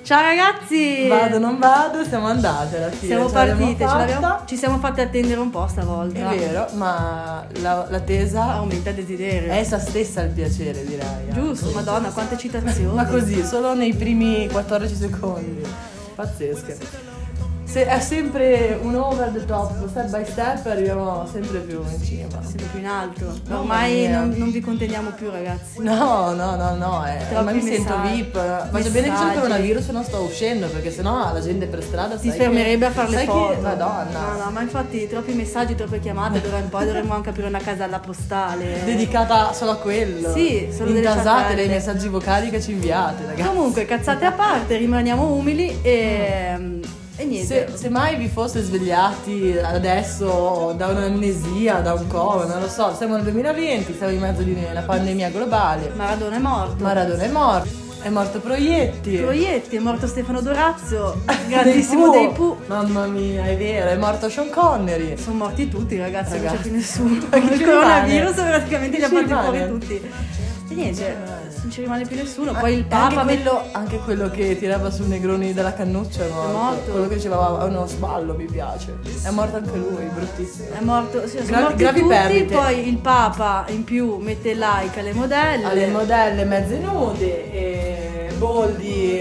Ciao ragazzi! Vado, non vado, siamo andate alla fine. Siamo partite, ci siamo fatte attendere un po' stavolta. È vero, ma l'attesa aumenta il desiderio. È essa stessa il piacere, direi. Giusto, madonna, quante citazioni. Ma così, solo nei primi 14 secondi. Pazzesche. È sempre un over the top, step by step arriviamo sempre più in cima. Sempre più in alto. Ormai non vi conteniamo più, ragazzi. No, ma mi sento VIP. Ma so bene che c'è il coronavirus e non sto uscendo, perché sennò la gente per strada si fermerebbe a fare le foto. Madonna. No, ma infatti troppi messaggi, troppe chiamate, poi dovremmo anche aprire una casella postale. Dedicata solo a quello. Sì, solo intasate dei messaggi vocali che ci inviate, ragazzi. Comunque, cazzate a parte, rimaniamo umili e niente. Se mai vi foste svegliati adesso da un'amnesia, da un coma, non lo so, siamo nel 2020, siamo in mezzo di una pandemia globale. Maradona è morto. È morto Proietti, è morto Stefano Dorazio, grandissimo dei Pooh. Mamma mia, è vero, è morto Sean Connery. Sono morti tutti, ragazzi. Non c'è più nessuno. Il coronavirus praticamente li ha fatti fuori tutti. E niente, non ci rimane più nessuno. Poi il Papa. Anche quello che tirava sul Negroni dalla cannuccia è morto. Quello che diceva uno sballo, mi piace. È morto anche lui, bruttissimo. È morto, sì, sono morti tutti. Perdite. Poi il Papa in più mette like alle modelle mezze nude e Boldi.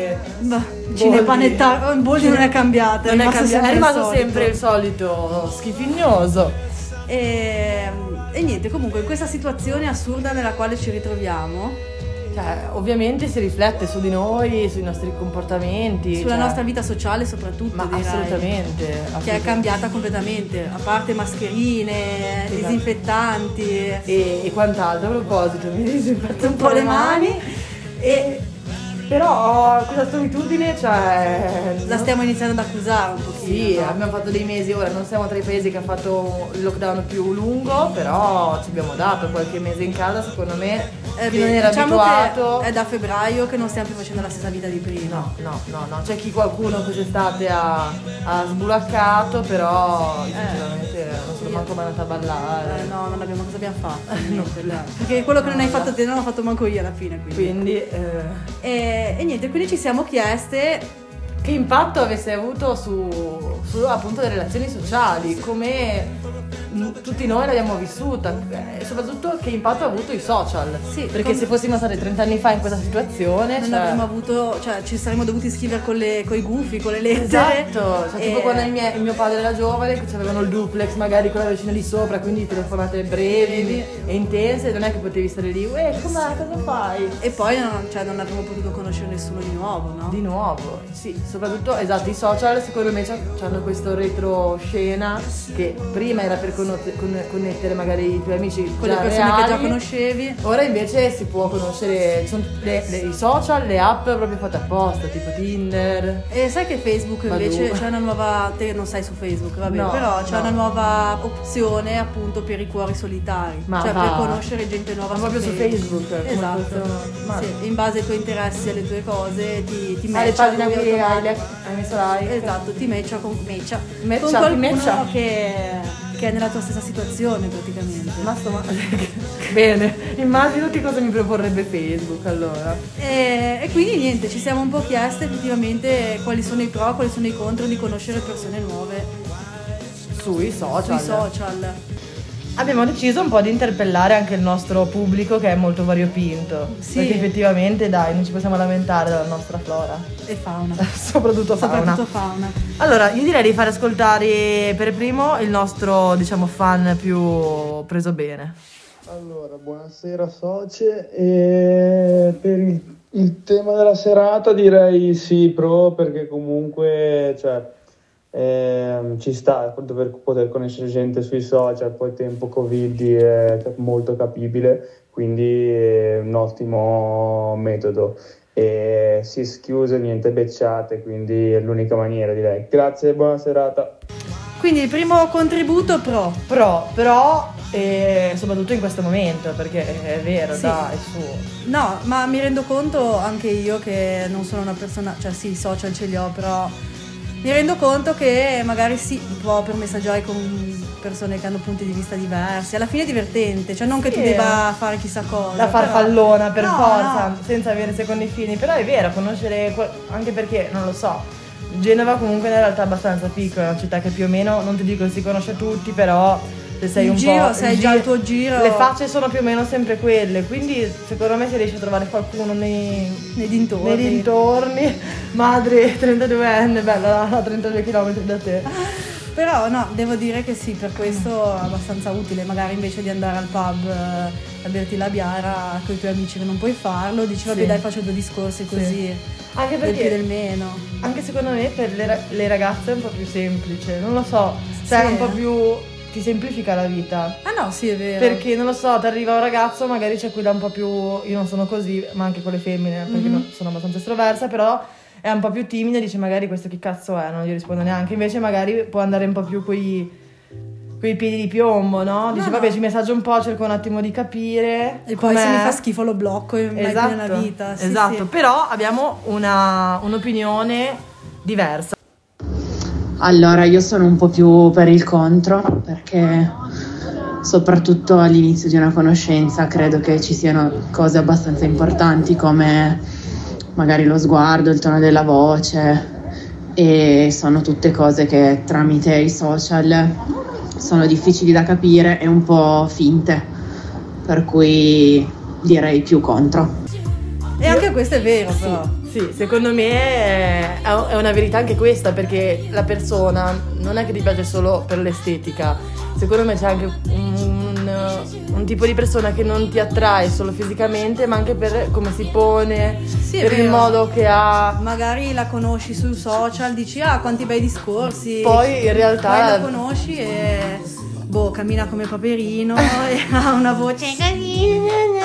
Boldi non è cambiato. È rimasto sempre il solito schifignoso. E niente, comunque in questa situazione assurda nella quale ci ritroviamo, ovviamente si riflette su di noi, sui nostri comportamenti, sulla nostra vita sociale soprattutto, ma direi. Assolutamente, che è cambiata completamente, a parte mascherine, disinfettanti e quant'altro. A proposito, mi disinfetto un po' le mani però questa solitudine la stiamo iniziando ad accusare un pochino. Sì, abbiamo fatto dei mesi, ora non siamo tra i paesi che ha fatto il lockdown più lungo, però ci abbiamo dato qualche mese in casa, secondo me chi non era abituato. Che è da febbraio che non stiamo più facendo la stessa vita di prima. No, c'è qualcuno quest'estate ha sbulaccato, però sinceramente non sono manco mai andata a ballare. No, non abbiamo, cosa abbiamo fatto? Perché quello che non hai fatto te non l'ho fatto manco io alla fine. Quindi e niente, quindi ci siamo chieste che impatto avesse avuto su appunto le relazioni sociali, come tutti noi l'abbiamo vissuta, e soprattutto che impatto ha avuto i social. Sì, perché se fossimo stati 30 anni fa in questa situazione non avremmo avuto, ci saremmo dovuti scrivere con i gufi, con le lettere. Esatto, tipo quando il mio padre era giovane, che avevano il duplex magari con la vicina di sopra, quindi telefonate brevi e intense, non è che potevi stare lì, com'è, cosa fai? E poi non avremmo potuto conoscere nessuno di nuovo, no? Di nuovo, sì, soprattutto, esatto, i social secondo me hanno questo retroscena che prima era per connettere magari i tuoi amici con le persone che già conoscevi. Ora invece si può conoscere, sono i social, le app proprio fatte apposta, tipo Tinder. E sai che Facebook invece c'è una nuova, te non sei su Facebook, vabbè, però c'è una nuova opzione appunto per i cuori solitari, per conoscere gente nuova proprio su Facebook. Esatto. Sì, in base ai tuoi interessi e alle tue cose ti matcha. Le pagine che hai messo like. Esatto, ti matcha con qualcuno che è nella tua stessa situazione praticamente. Bene, immaginati cosa mi proporrebbe Facebook allora. E quindi niente, ci siamo un po' chieste effettivamente quali sono i pro, quali sono i contro di conoscere persone nuove sui social. Abbiamo deciso un po' di interpellare anche il nostro pubblico, che è molto variopinto. Sì. Perché effettivamente non ci possiamo lamentare della nostra flora e fauna. Soprattutto fauna. Allora, io direi di far ascoltare per primo il nostro, fan più preso bene. Allora, buonasera socie, e per il tema della serata direi sì, pro, perché comunque ci sta dover poter conoscere gente sui social, poi tempo Covid è molto capibile, quindi è un ottimo metodo. E si schiuse, niente becciate, quindi è l'unica maniera, direi. Grazie e buona serata. Quindi il primo contributo pro, però soprattutto in questo momento, perché è vero, sì. Dai, su. No, ma mi rendo conto anche io che non sono una persona, i social ce li ho, però mi rendo conto che magari sì, può per messaggiare con persone che hanno punti di vista diversi, alla fine è divertente, cioè non che tu debba fare chissà cosa, la farfallona per forza, senza avere secondi fini, però è vero, conoscere, anche perché, non lo so, Genova comunque è in realtà abbastanza piccola, è una città che più o meno, non ti dico si conosce tutti, però se sei sei già il tuo giro, le facce sono più o meno sempre quelle, quindi secondo me si riesce a trovare qualcuno nei dintorni. Madre 32enne, bella, a 32 km da te. Però no, devo dire che sì, per questo è abbastanza utile, magari invece di andare al pub a berti la biara con i tuoi amici che non puoi farlo, dici vabbè dai, faccio 2 discorsi così, anche perché del più del meno. Anche secondo me per le ragazze è un po' più semplice, non lo so, cioè un po' più, ti semplifica la vita. Ah no, sì, è vero. Perché non lo so, ti arriva un ragazzo, magari c'è qui da un po' più, io non sono così, ma anche con le femmine, perché sono abbastanza estroversa, però è un po' più timida, dice magari questo che cazzo è, non gli rispondo neanche, invece magari può andare un po' più quei piedi di piombo, no? Dice vabbè, ci messaggio un po', cerco un attimo di capire e poi se mi fa schifo lo blocco e mai più nella vita. Esatto, però abbiamo un'opinione diversa. Allora, io sono un po' più per il contro, perché soprattutto all'inizio di una conoscenza credo che ci siano cose abbastanza importanti come magari lo sguardo, il tono della voce, e sono tutte cose che tramite i social sono difficili da capire e un po' finte, per cui direi più contro. E anche questo è vero, però. Sì, secondo me è una verità anche questa, perché la persona non è che ti piace solo per l'estetica, secondo me c'è anche un tipo di persona che non ti attrae solo fisicamente, ma anche per come si pone, per il modo che ha. Magari la conosci sui social, dici quanti bei discorsi, poi in realtà poi la conosci e cammina come Paperino e ha una voce così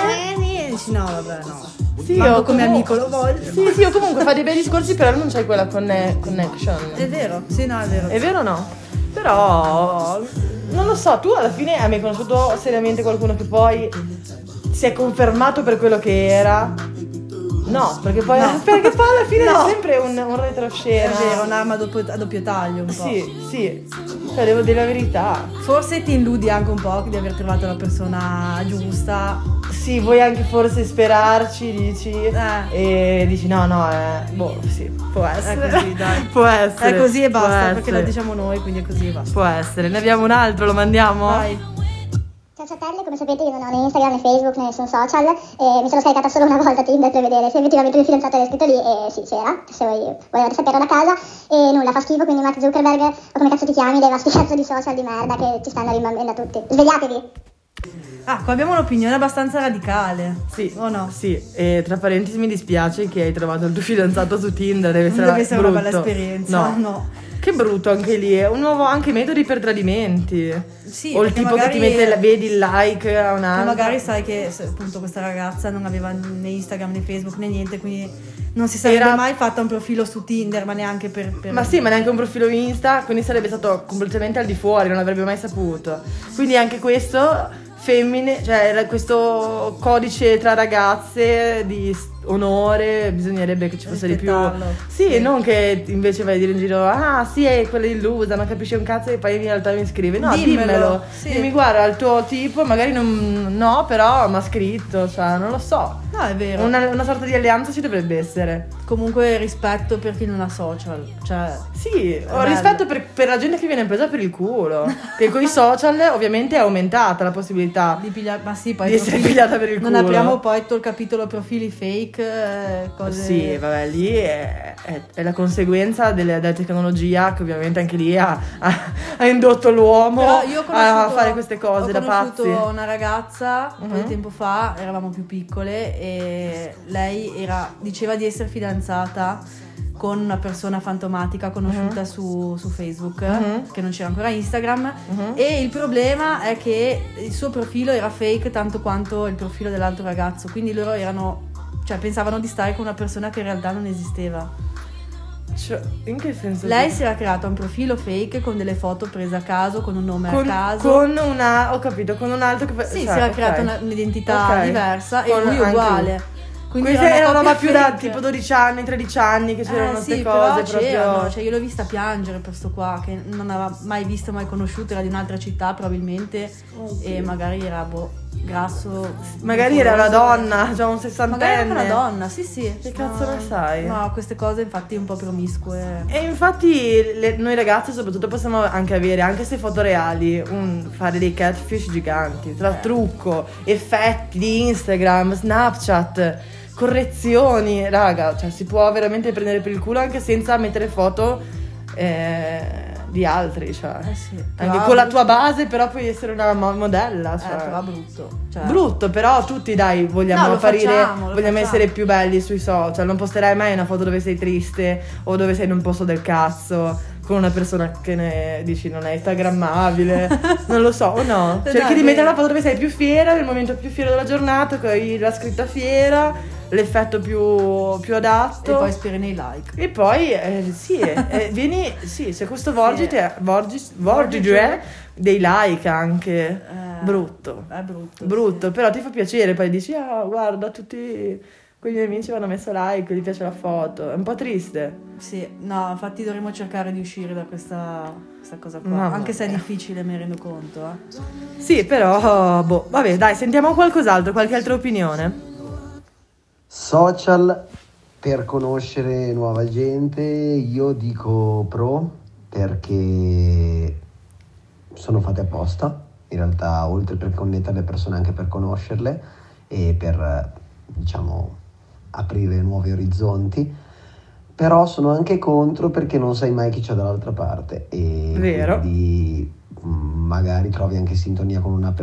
e dici no vabbè no. Sì, o come amico lo voglio. Sì, o comunque fa dei bei discorsi, però non c'hai quella connection. È vero, sì, no, è vero. È vero o no? Però non lo so, tu alla fine hai mai conosciuto seriamente qualcuno che poi si è confermato per quello che era? No, perché poi alla fine è sempre un retroscena. È vero, un'arma a doppio taglio un po'. Sì, cioè devo dire la verità. Forse ti illudi anche un po' di aver trovato la persona giusta. Sì, vuoi anche forse sperarci, dici, e dici sì, può essere. È così, dai. Può essere. È così e basta, perché lo diciamo noi, quindi è così e basta. Può essere. Ne abbiamo un altro, lo mandiamo? Vai. Ciao ciatelle, come sapete io non ho né Instagram né Facebook né nessun social e mi sono scaricata solo una volta Tinder per vedere se effettivamente il mio fidanzato era scritto lì e sì c'era, se voi volevate saperlo da casa, e nulla, fa schifo, quindi Mark Zuckerberg o come cazzo ti chiami, dei vasti cazzo di social di merda che ci stanno rimbambendo a tutti, svegliatevi! Qua abbiamo un'opinione abbastanza radicale. Sì, o no? Sì, e tra parentesi mi dispiace che hai trovato il tuo fidanzato su Tinder, deve essere una bella esperienza. No. Che brutto anche lì, è un nuovo anche metodi per tradimenti. Sì, o il tipo che ti mette vedi il like a un'altra. Magari sai che appunto questa ragazza non aveva né Instagram né Facebook né niente, quindi non si sarebbe mai fatta un profilo su Tinder, ma neanche per... Ma sì, ma neanche un profilo Insta, quindi sarebbe stato completamente al di fuori, non avrebbe mai saputo. Quindi anche questo femmine, cioè questo codice tra ragazze di onore, bisognerebbe che ci fosse di più. Sì, non che invece vai a dire in giro sì, è quella illusa, non capisci un cazzo e poi in realtà mi scrive. No, dimmelo. Sì. Dimmi guarda, il tuo tipo magari no, però mi ha scritto, cioè non lo so. No, è vero. Una sorta di alleanza ci dovrebbe essere. Comunque rispetto per chi non ha social, cioè sì, rispetto per la gente che viene presa per il culo. Che con i social ovviamente è aumentata la possibilità di pigliare, ma sì, poi di essere pigliata per il culo. Non apriamo poi tutto il capitolo profili fake, cose. Sì, vabbè, lì è la conseguenza della tecnologia che ovviamente anche lì ha indotto l'uomo a fare queste cose da pazzi. Ho conosciuto una ragazza un po' di tempo fa, eravamo più piccole e lei diceva di essere fidanzata con una persona fantomatica conosciuta su Facebook, che non c'era ancora Instagram, e il problema è che il suo profilo era fake tanto quanto il profilo dell'altro ragazzo, quindi loro pensavano di stare con una persona che in realtà non esisteva. Cioè, in che senso? Lei si era creata un profilo fake con delle foto prese a caso, con un nome a caso, ho capito, con un altro che si era creata un'identità diversa e lui uguale. Quindi Questa era una roba coppia più da fake. tipo 12 anni, 13 anni che c'erano queste sì, cose però c'erano, proprio. cioè io l'ho vista piangere per sto qua che non aveva mai visto, mai conosciuto, era di un'altra città probabilmente e magari era grasso, Magari era una muscoloso. donna, cioè un sessantenne. Magari era una donna, sì. Che cazzo ne sai? No, queste cose infatti un po' promiscue. E infatti noi ragazze soprattutto possiamo anche avere, anche se foto reali, fare dei catfish giganti, tra trucco, effetti di Instagram, Snapchat, correzioni, raga, cioè si può veramente prendere per il culo anche senza mettere foto di altri, cioè. Sì, Anche però con la tua base però puoi essere una modella, cioè. però brutto. Cioè, Brutto, però tutti dai vogliamo No, lo apparire, facciamo, lo vogliamo facciamo. essere più belli sui social. Non posterai mai una foto dove sei triste o dove sei in un posto del cazzo con una persona che ne dici non è instagrammabile, non lo so, o no? Cerchi di mettere una foto dove sei più fiera, nel momento più fiero della giornata, con la scritta fiera, l'effetto più adatto. E poi speri nei like. E poi vieni, sì, se questo vorgite dei like anche. Brutto. È brutto. Brutto, però ti fa piacere, poi dici guarda tutti quei miei amici mi hanno messo like, gli piace la foto, è un po' triste. Sì, no, infatti dovremmo cercare di uscire da questa cosa qua, Mamma anche se è mia. difficile, mi rendo conto. Sì, però vabbè, dai, sentiamo qualcos'altro, qualche altra opinione. Social per conoscere nuova gente, io dico pro perché sono fatte apposta, in realtà oltre per connettere le persone anche per conoscerle e per diciamo aprire nuovi orizzonti, però sono anche contro perché non sai mai chi c'è dall'altra parte e Vero. quindi magari trovi anche sintonia con una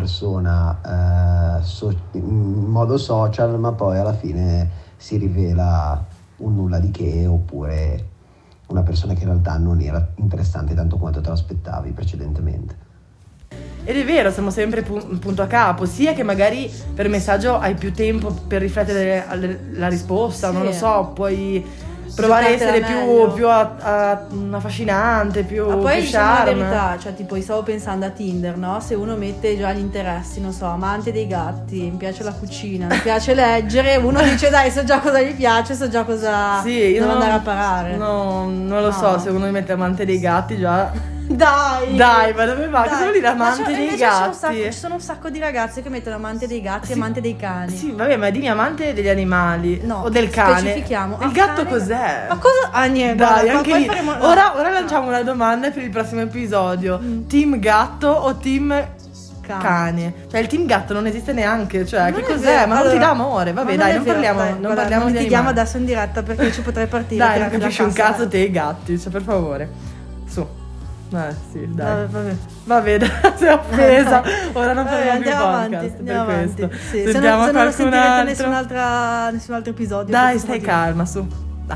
persona in modo social, ma poi alla fine si rivela un nulla di che, oppure una persona che in realtà non era interessante tanto quanto te lo aspettavi precedentemente. Ed è vero, siamo sempre punto a capo, sia che magari per messaggio hai più tempo per riflettere la risposta, Sì. non lo so, puoi provare a essere Giocartela più affascinante, più Ma poi più diciamo la charme. verità, cioè tipo io stavo pensando a Tinder, no? Se uno mette già gli interessi, non so, amante dei gatti, mi piace la cucina, mi piace leggere, uno dice dai, so già cosa gli piace, so già cosa Sì, io devo non- andare a parare. No, non lo No. so, se uno mi mette amante dei gatti già. Dai! Dai, ma dove va? Cosa Dai. vuol dire Ma amante dei invece gatti? Ci sono un sacco di ragazze che mettono amante dei gatti Sì. e amante dei cani. Sì, vabbè, ma dimmi amante degli animali No, o del cane. specifichiamo. Il gatto cos'è? Ma cosa? Ah, niente. Dai, guarda, anche poi lì. faremo- no. Ora lanciamo una domanda per il prossimo episodio. Team gatto o team cane? Cioè il team gatto non esiste neanche, cioè Non che è cos'è? vero, Ma non allora- ti dà amore. Vabbè, ma dai, è non vero, parliamo, dai, non guarda, parliamo di litighiamo animali. adesso in diretta perché ci potrei partire. Dai, non tirarti la capisci un cassa. cazzo te e i gatti, cioè per favore. Su. Sì, dai. Vabbè. Vabbè, dai, sei offesa. Ora non Vabbè, parliamo più andiamo avanti, podcast andiamo per avanti. questo. Sì, se Sentiamo non lo qualcun sentirete altro. nessun altro episodio. Dai, per stai questo motivo. calma, su. Dai.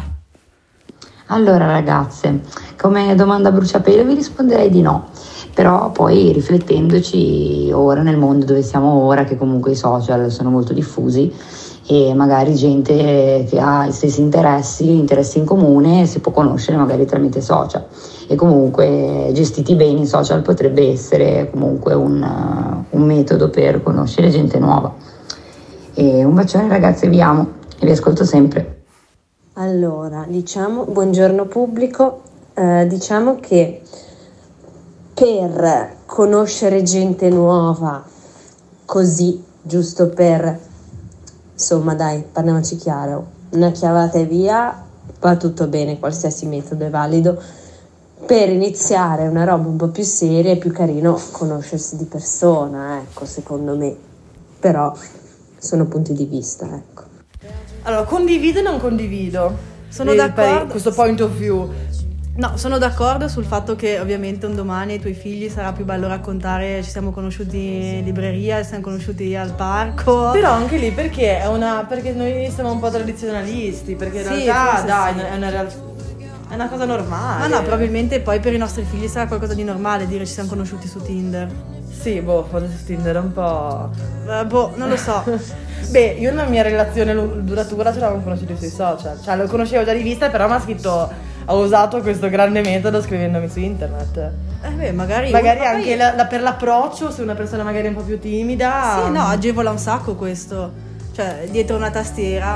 Allora ragazze, come domanda a bruciapelo vi risponderei di no, però poi riflettendoci ora nel mondo dove siamo ora, che comunque i social sono molto diffusi e magari gente che ha i stessi interessi in comune si può conoscere magari tramite social e comunque gestiti bene i social potrebbe essere comunque un metodo per conoscere gente nuova. E un bacione ragazze, vi amo e vi ascolto sempre. Allora, diciamo, buongiorno pubblico, diciamo che per conoscere gente nuova, così, giusto per, insomma dai, parliamoci chiaro, una chiavata e via, va tutto bene, qualsiasi metodo è valido. Per iniziare una roba un po' più seria è più carino conoscersi di persona, ecco, secondo me, però sono punti di vista, ecco. Allora, condivido e non condivido. Sono d'accordo. Questo point of view. No, sono d'accordo sul fatto che ovviamente un domani ai tuoi figli sarà più bello raccontare ci siamo conosciuti in libreria, ci siamo conosciuti al parco. Però anche lì perché perché noi siamo un po' tradizionalisti, perché in Sì, realtà forse dai, sì. è una cosa normale. Ma no, probabilmente poi per i nostri figli sarà qualcosa di normale dire ci siamo conosciuti su Tinder. Sì, forse su Tinder è un po'. Non lo so. Beh, io nella mia relazione duratura ce l'avevamo conosciuti sui social. Cioè, lo conoscevo già di vista, però mi ha scritto. Ha usato questo grande metodo scrivendomi su internet. Magari Anche per l'approccio, se una persona magari è un po' più timida. Sì, no, agevola un sacco questo. Cioè, dietro una tastiera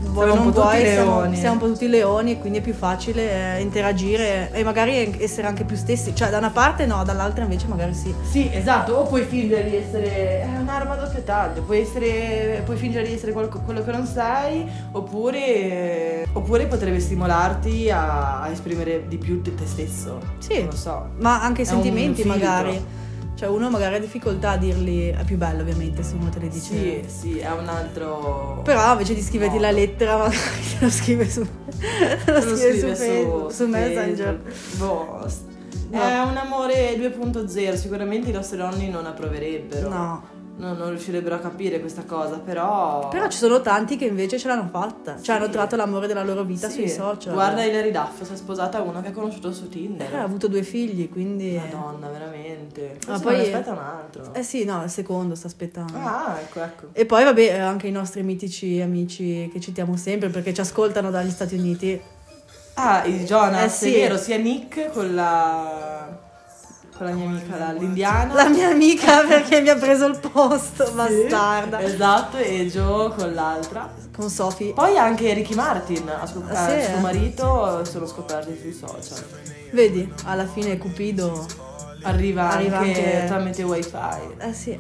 vuoi o non un po' tutti vuoi, leoni. siamo un po' tutti leoni, e quindi è più facile interagire e magari essere anche più stessi. Cioè, da una parte no, dall'altra invece magari sì. Sì, esatto, o puoi fingere di essere... È un'arma a doppio taglio, puoi fingere di essere quello che non sei, oppure potrebbe stimolarti a esprimere di più te stesso. Sì, non lo so. ma anche i È un sentimenti filtro. magari. Cioè uno magari ha difficoltà a dirli, è più bello ovviamente se uno te le dice. Sì, è un altro... Però invece di scriverti modo. la lettera magari te lo scrive su Facebook, su Messenger. Boh, No. è un amore 2.0, sicuramente i nostri nonni non approverebbero. No. Non riuscirebbero a capire questa cosa, però Però ci sono tanti che invece ce l'hanno fatta. Cioè hanno trovato l'amore della loro vita sì. sui social. Guarda Hilary Duff, si è sposata uno che ha conosciuto su Tinder. Ha avuto 2 figli, quindi. Madonna, veramente. Ma Forse poi ne aspetta un altro. Eh sì, no, il secondo sta aspettando. Ah, ecco. E poi vabbè, anche i nostri mitici amici che citiamo sempre perché ci ascoltano dagli Stati Uniti. Ah, il Jonas, sì. è vero, sia Nick con la mia amica, l'indiana. La mia amica perché mi ha preso il posto, Sì, bastarda. esatto, e Joe con l'altra. Con Sophie. Poi anche Ricky Martin, sì, suo marito, sono scoperti sui social. Vedi, alla fine Cupido Arriva Arriva anche anche- tramite wifi. sì.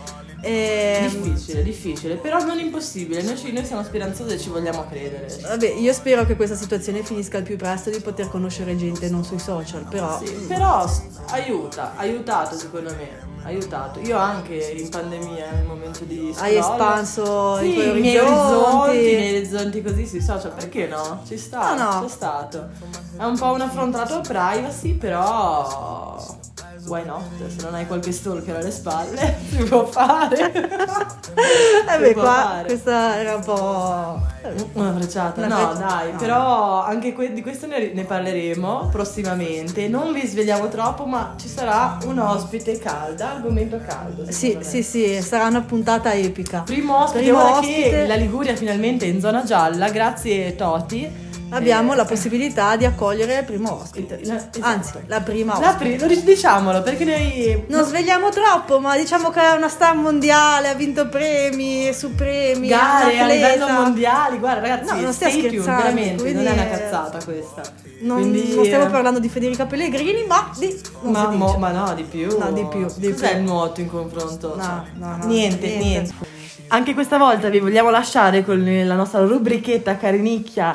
Difficile, però non impossibile. Noi siamo speranzosi e ci vogliamo credere. Vabbè, io spero che questa situazione finisca il più presto di poter conoscere gente non sui social, però Sì, però ha aiutato secondo me. Aiutato. Io anche in pandemia, nel momento di scroll, hai espanso sì, i tuoi i miei orizzonti. orizzonti così sui social, perché no? Ci sta, No. c'è stato. È un po' un affrontato al privacy, però why not? Se non hai qualche stalker alle spalle, si può fare. Beh, può qua fare. questa era un po' Una frecciata, Una no freccia- dai, no. però anche di questo ne parleremo prossimamente. Non vi svegliamo troppo, ma ci sarà un ospite calda, argomento caldo. Sì, secondo me. sì, sarà una puntata epica. Primo ospite, Primo ora ospite. che la Liguria finalmente è in zona gialla, grazie Toti. Abbiamo la possibilità di accogliere il primo ospite. Esatto. Anzi, la prima ospite. Diciamolo, perché noi... Non svegliamo troppo, ma diciamo che è una star mondiale, ha vinto premi, su premi, Gare è a un livello atleta. mondiale, guarda ragazzi, No, non stia stay tuned, scherzando, veramente, quindi non è una è- cazzata questa. Non stiamo parlando di Federica Pellegrini, ma di... non si dice. Ma no, di più. No, di più. Cos'è il nuoto in confronto? No, no, Niente. Anche questa volta vi vogliamo lasciare con la nostra rubrichetta Carinicchia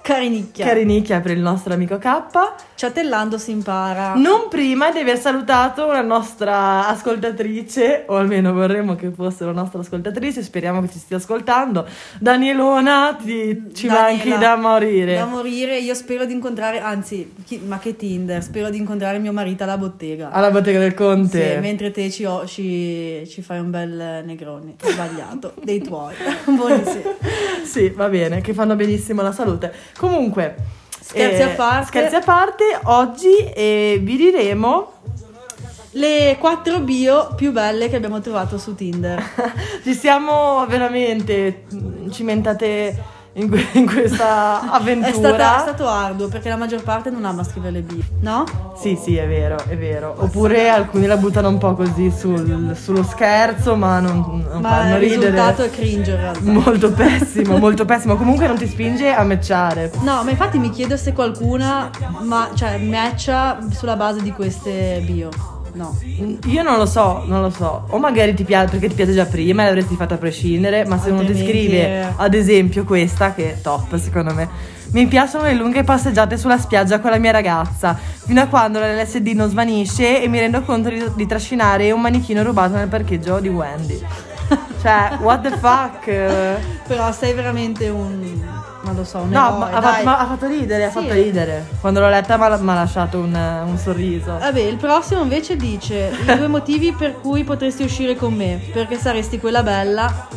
per il nostro amico K. Ciatellando si impara. Non prima di aver salutato una nostra ascoltatrice, o almeno vorremmo che fosse la nostra ascoltatrice, speriamo che ci stia ascoltando. Danielona, ci manchi da morire. Da morire, io spero di incontrare, anzi, ma che Tinder, spero di incontrare mio marito alla bottega. Alla bottega del Conte. Sì, mentre te ci fai un bel Negroni, sbagliato, dei tuoi, buonissimo. Sì, va bene, che fanno benissimo alla salute. Comunque, Scherzi a parte, oggi vi diremo le 4 bio più belle che abbiamo trovato su Tinder. ci siamo veramente cimentate in questa avventura. È stato arduo perché la maggior parte non ama scrivere le bio, no? Sì, è vero. Oppure alcuni la buttano un po' così sullo scherzo, ma non Ma fanno il ridere. risultato è cringe in realtà. Molto pessimo, molto pessimo. Comunque non ti spinge a matchare. No, ma infatti mi chiedo se qualcuna matcha sulla base di queste bio. No. Io non lo so. O magari ti piace perché ti piace già prima e l'avresti fatta a prescindere. Ma se uno ti Altrimenti scrive, ad esempio, questa, che è top secondo me: mi piacciono le lunghe passeggiate sulla spiaggia con la mia ragazza, fino a quando l'LSD non svanisce e mi rendo conto di trascinare un manichino rubato nel parcheggio di Wendy. Cioè, what the fuck? Però sei veramente non lo so, un No, eroe, ma dai. ha fatto ridere, Quando l'ho letta mi ha lasciato un sorriso. Vabbè, il prossimo invece dice: i 2 motivi per cui potresti uscire con me, perché saresti quella bella,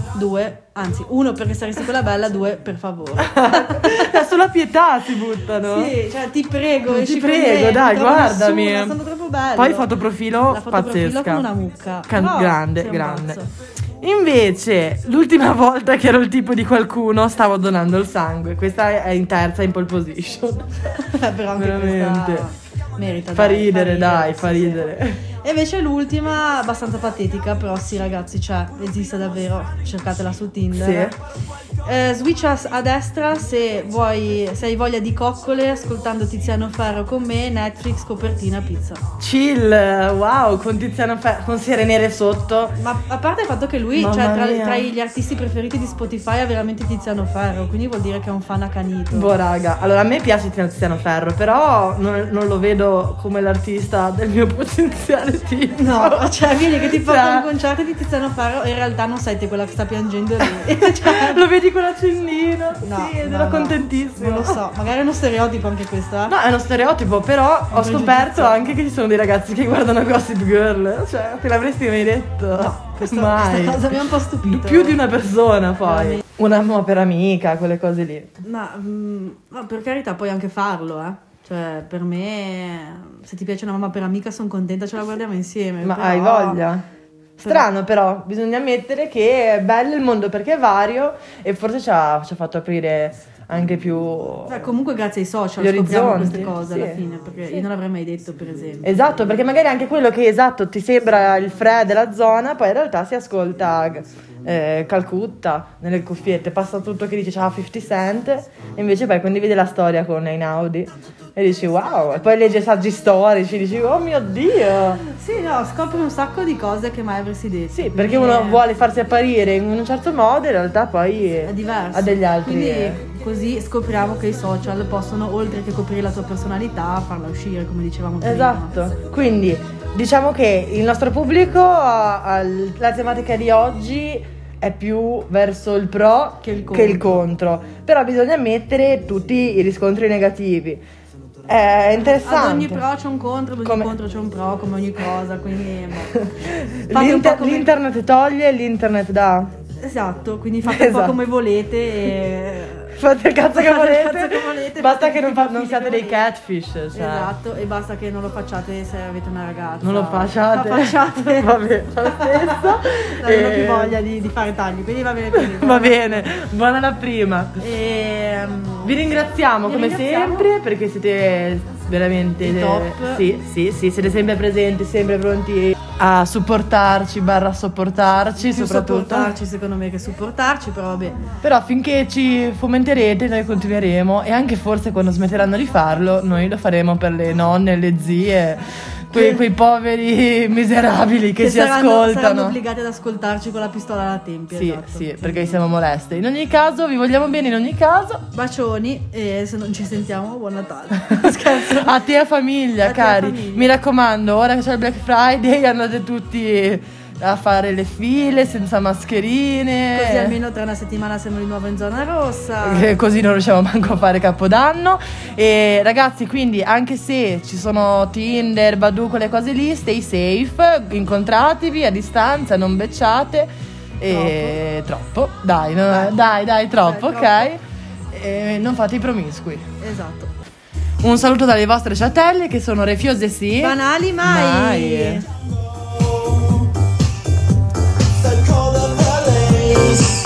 1 perché saresti quella bella, 2 per favore. Sulla pietà si buttano. Sì, cioè ti prego, Ti esci con prego, me, dai, non trovo guardami. nessuna, sono troppo bello. Poi fotoprofilo La fotoprofilo pazzesca. con una mucca. Però Grande, sei un grande. pazzo. Invece, l'ultima volta che ero il tipo di qualcuno stavo donando il sangue. Questa è in terza in pole position. Però anche Veramente. questa merita. Fa dai, ridere, sì, fa sì. ridere. E invece l'ultima, abbastanza patetica, però sì ragazzi, esiste davvero, cercatela su Tinder. Switch a destra se hai voglia di coccole ascoltando Tiziano Ferro con me, Netflix, copertina, pizza. Chill, wow, con Tiziano Ferro, con Sere Nere sotto. Ma a parte il fatto che lui, Mamma cioè mia. tra gli artisti preferiti di Spotify ha veramente Tiziano Ferro, quindi vuol dire che è un fan accanito. Boh raga, allora a me piace Tiziano Ferro, però non lo vedo come l'artista del mio potenziale tipo. No, cioè vieni che ti porta Cioè, a un concerto di Tiziano Ferro e in realtà non sei te quella che sta piangendo lì. Cioè, lo vedi con l'accendino? no, sì, ed no, era no. contentissimo. Non lo so, magari è uno stereotipo anche questo, eh? No, è uno stereotipo, però ho pregiudizio. scoperto anche che ci sono dei ragazzi che guardano Gossip Girl. Cioè, te l'avresti mai detto? No, mai. questa cosa mi ha un po' stupito. Più di una persona poi. Veramente. Una per amica, quelle cose lì. Ma per carità puoi anche farlo, eh. Cioè, per me, se ti piace una mamma per amica, sono contenta, ce la guardiamo insieme. Ma però- hai voglia? Strano però, bisogna ammettere che è bello il mondo perché è vario e forse ci ha fatto aprire anche più comunque grazie ai social gli scopriamo orizzonti, queste cose sì. alla fine, perché io non l'avrei mai detto, per esempio. Esatto, perché magari anche quello che ti sembra il Fred della zona, poi in realtà si ascolta Calcutta nelle cuffiette, passa tutto che dice ciao 50 Cent e invece poi condivide la storia con Einaudi e dici wow, e poi legge saggi storici, dici oh mio Dio. Sì, no, scopri un sacco di cose che mai avresti detto. Sì, perché Quindi uno vuole farsi apparire in un certo modo, in realtà poi è diverso. ha degli altri. Quindi così scopriamo che i social possono, oltre che coprire la tua personalità, farla uscire, come dicevamo prima. Esatto, quindi diciamo che il nostro pubblico la tematica di oggi è più verso il pro Che il che il contro, però bisogna mettere tutti i riscontri negativi. È interessante. Ad ogni pro c'è un contro, ad ogni Come- contro c'è un pro, come ogni cosa, quindi fate un po' come... L'internet toglie, l'internet dà. Esatto, quindi fate un Esatto. po' come volete e... Fate il cazzo che Fate il volete, cazzo che volete, basta fate che non, tutti i non profili siate che dei volete. catfish, cioè. Esatto, e basta che non lo facciate se avete una ragazza. Non lo facciate. Lo facciate. Vabbè, lo stesso. Non ho più voglia di fare tagli, quindi va bene così. Va bene, buona la prima. E, Vi ringraziamo Vi come ringraziamo. sempre perché siete veramente I top. Sì, siete sempre presenti, sempre pronti a supportarci, sopportarci, più soprattutto. sopportarci secondo me che supportarci, però vabbè. Però finché ci fomenterete noi continueremo e anche forse quando smetteranno di farlo noi lo faremo per le nonne, le zie, quei poveri miserabili che ci saranno ascoltano. obbligati ad ascoltarci con la pistola alla tempia. Sì, esatto. sì, perché siamo moleste. In ogni caso, vi vogliamo bene in ogni caso. Bacioni e se non ci sentiamo, buon Natale. Scherzo. A te e a famiglia, A te e cari. famiglia. Mi raccomando, ora che c'è il Black Friday andate tutti a fare le file senza mascherine. Così almeno tra una settimana siamo di nuovo in zona rossa. Così non riusciamo manco a fare Capodanno. E ragazzi, quindi anche se ci sono Tinder, Badoo, quelle cose lì, stay safe, incontratevi a distanza, non becciate. E troppo. Dai, dai, troppo, Dai, ok? E non fate i promiscui. Esatto. Un saluto dalle vostre ciatelle che sono refiose sì. Banali mai. Mai. Call the police.